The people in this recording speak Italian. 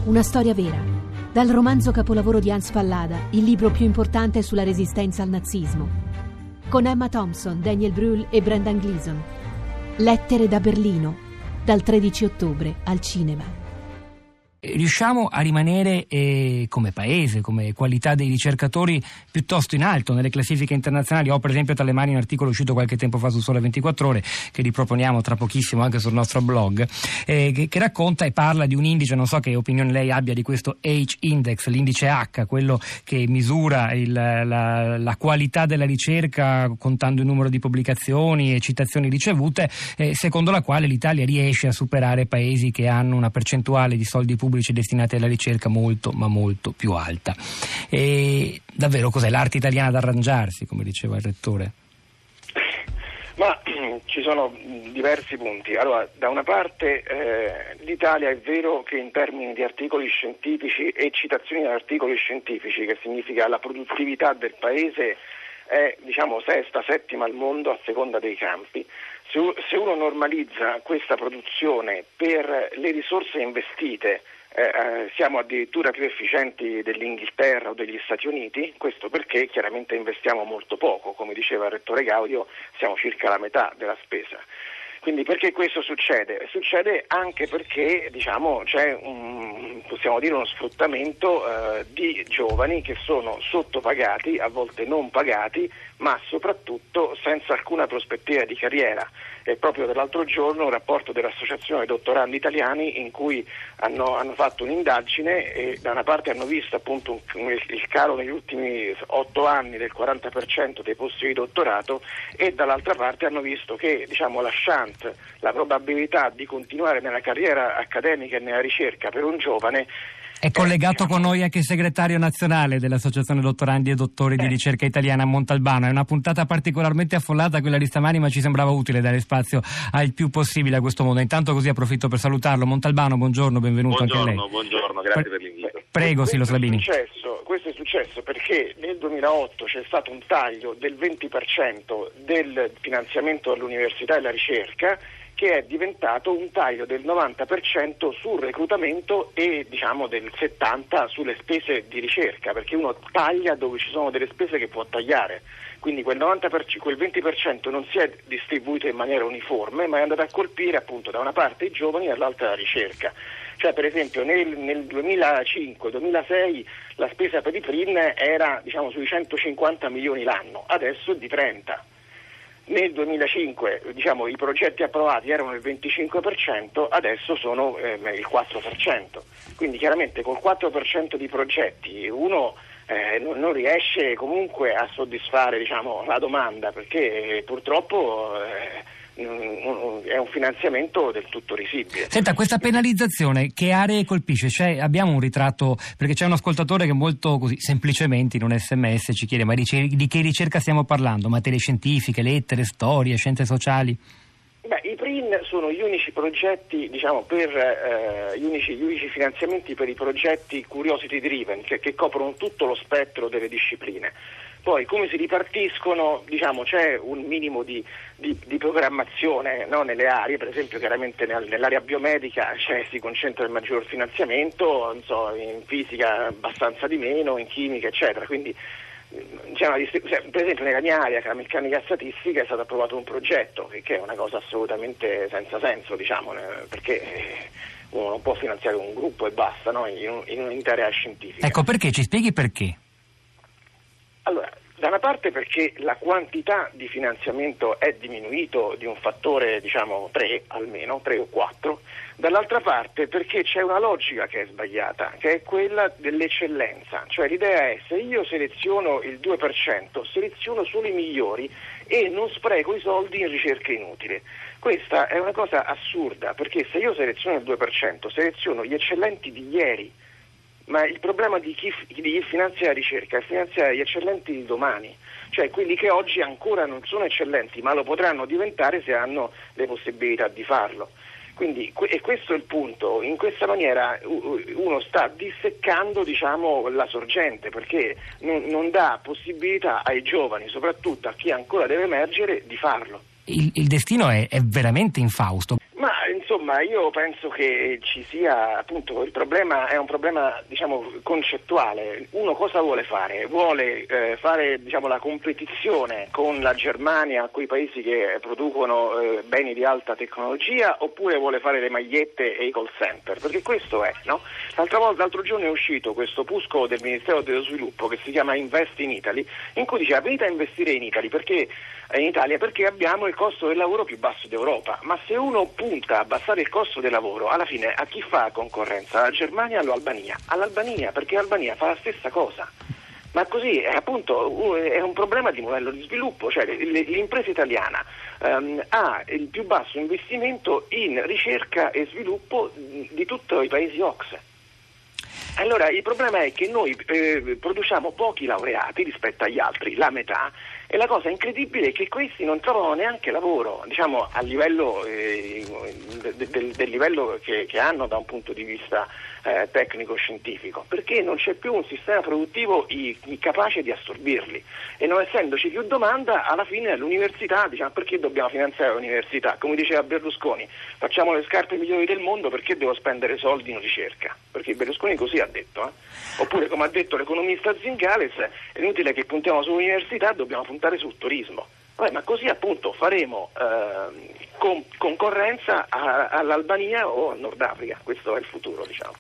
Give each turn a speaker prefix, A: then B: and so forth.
A: Una storia vera. Dal romanzo capolavoro di Hans Fallada, il libro più importante sulla resistenza al nazismo. Con Emma Thompson, Daniel Brühl e Brendan Gleeson. Lettere da Berlino, dal 13 ottobre al cinema.
B: Riusciamo a rimanere come paese, come qualità dei ricercatori piuttosto in alto nelle classifiche internazionali. Ho per esempio tra le mani un articolo uscito qualche tempo fa su Sole 24 Ore che riproponiamo tra pochissimo anche sul nostro blog, che racconta e parla di un indice, non so che opinione lei abbia di questo H-Index, l'indice H, quello che misura la qualità della ricerca contando il numero di pubblicazioni e citazioni ricevute, secondo la quale l'Italia riesce a superare paesi che hanno una percentuale di soldi pubblici destinati alla ricerca molto ma molto più alta. E davvero cos'è l'arte italiana ad arrangiarsi, come diceva il rettore?
C: Ma ci sono diversi punti. Allora, da una parte l'Italia è vero che in termini di articoli scientifici e citazioni di articoli scientifici, che significa la produttività del paese, è sesta, settima al mondo a seconda dei campi. Se uno normalizza questa produzione per le risorse investite, siamo addirittura più efficienti dell'Inghilterra o degli Stati Uniti. Questo perché chiaramente investiamo molto poco, come diceva il rettore Gaudio, siamo circa la metà della spesa. Quindi perché questo succede? Succede anche perché c'è possiamo dire uno sfruttamento di giovani che sono sottopagati, a volte non pagati, ma soprattutto senza alcuna prospettiva di carriera. E proprio dell'altro giorno un rapporto dell'Associazione Dottorandi Italiani in cui hanno fatto un'indagine e da una parte hanno visto appunto il calo negli ultimi 8 anni del 40% dei posti di dottorato e dall'altra parte hanno visto che la chance, la probabilità di continuare nella carriera accademica e nella ricerca per un giovane.
B: È collegato con noi anche il segretario nazionale dell'Associazione Dottorandi e Dottori di Ricerca Italiana a Montalbano. È una puntata particolarmente affollata quella di stamani, ma ci sembrava utile dare spazio al più possibile a questo mondo. Intanto così approfitto per salutarlo. Montalbano, buongiorno, benvenuto anche a lei.
D: Buongiorno, grazie per l'invito.
B: Prego, Silo Slabini.
C: Questo è successo perché nel 2008 c'è stato un taglio del 20% del finanziamento all'università e alla ricerca, che è diventato un taglio del 90% sul reclutamento e del 70% sulle spese di ricerca, perché uno taglia dove ci sono delle spese che può tagliare. Quindi quel 20% non si è distribuito in maniera uniforme, ma è andato a colpire appunto da una parte i giovani e dall'altra la ricerca. Cioè per esempio nel 2005-2006 la spesa per i PRIN era sui 150 milioni l'anno, adesso è di 30. Nel 2005 i progetti approvati erano il 25%, adesso sono il 4%. Quindi chiaramente col 4% di progetti uno non riesce comunque a soddisfare la domanda, perché purtroppo è un finanziamento del tutto risibile.
B: Senta, questa penalizzazione che aree colpisce? Abbiamo un ritratto, perché c'è un ascoltatore che molto così semplicemente in un SMS ci chiede: ma di che ricerca stiamo parlando? Materie scientifiche, lettere, storie, scienze sociali?
C: I PRIN sono gli unici progetti, gli unici finanziamenti per i progetti curiosity driven, che coprono tutto lo spettro delle discipline. Poi come si ripartiscono, c'è un minimo di programmazione, no, nelle aree, per esempio chiaramente nell'area biomedica si concentra il maggior finanziamento, in fisica abbastanza di meno, in chimica eccetera, quindi per esempio nella mia area, che è la meccanica statistica, è stato approvato un progetto che è una cosa assolutamente senza senso, perché uno non può finanziare un gruppo e basta, no, in un'intera area scientifica.
B: Ecco, perché? Ci spieghi perché?
C: Allora, da una parte perché la quantità di finanziamento è diminuito di un fattore 3 almeno, 3 o 4, dall'altra parte perché c'è una logica che è sbagliata, che è quella dell'eccellenza, cioè l'idea è: se io seleziono il 2%, seleziono solo i migliori e non spreco i soldi in ricerca inutile. Questa è una cosa assurda, perché se io seleziono il 2%, seleziono gli eccellenti di ieri. Ma il problema di chi finanzia la ricerca è finanziare gli eccellenti di domani, cioè quelli che oggi ancora non sono eccellenti, ma lo potranno diventare se hanno le possibilità di farlo. Quindi e questo è il punto. In questa maniera uno sta disseccando la sorgente, perché non dà possibilità ai giovani, soprattutto a chi ancora deve emergere, di farlo.
B: Il destino è veramente infausto.
C: Ma insomma, io penso che ci sia, appunto, il problema è un problema, diciamo, concettuale. Uno cosa vuole fare? Vuole fare, diciamo, la competizione con la Germania, con i paesi che producono beni di alta tecnologia, oppure vuole fare le magliette e i call center? Perché questo è, no? L'altro giorno è uscito questo opuscolo del Ministero dello Sviluppo che si chiama Invest in Italy, in cui diceva: venite a investire in Italia perché abbiamo il costo del lavoro più basso d'Europa. Ma se uno punta a abbassare il costo del lavoro, alla fine a chi fa concorrenza? Alla Germania o all'Albania? All'Albania, perché l'Albania fa la stessa cosa. Ma così è, appunto, è un problema di modello di sviluppo, cioè l'impresa italiana ha il più basso investimento in ricerca e sviluppo di tutti i paesi OCSE. Allora il problema è che noi produciamo pochi laureati rispetto agli altri, la metà, e la cosa incredibile è che questi non trovano neanche lavoro, diciamo, a livello del livello che hanno da un punto di vista tecnico-scientifico, perché non c'è più un sistema produttivo capace di assorbirli, e non essendoci più domanda, alla fine l'università, diciamo, perché dobbiamo finanziare l'università? Come diceva Berlusconi, facciamo le scarpe migliori del mondo, perché devo spendere soldi in ricerca? Perché Berlusconi così ha detto, Oppure, come ha detto l'economista Zingales, è inutile che puntiamo sull'università, dobbiamo puntare sul turismo. Ma così, appunto, faremo concorrenza all'Albania o al Nord Africa. Questo è il futuro, diciamo.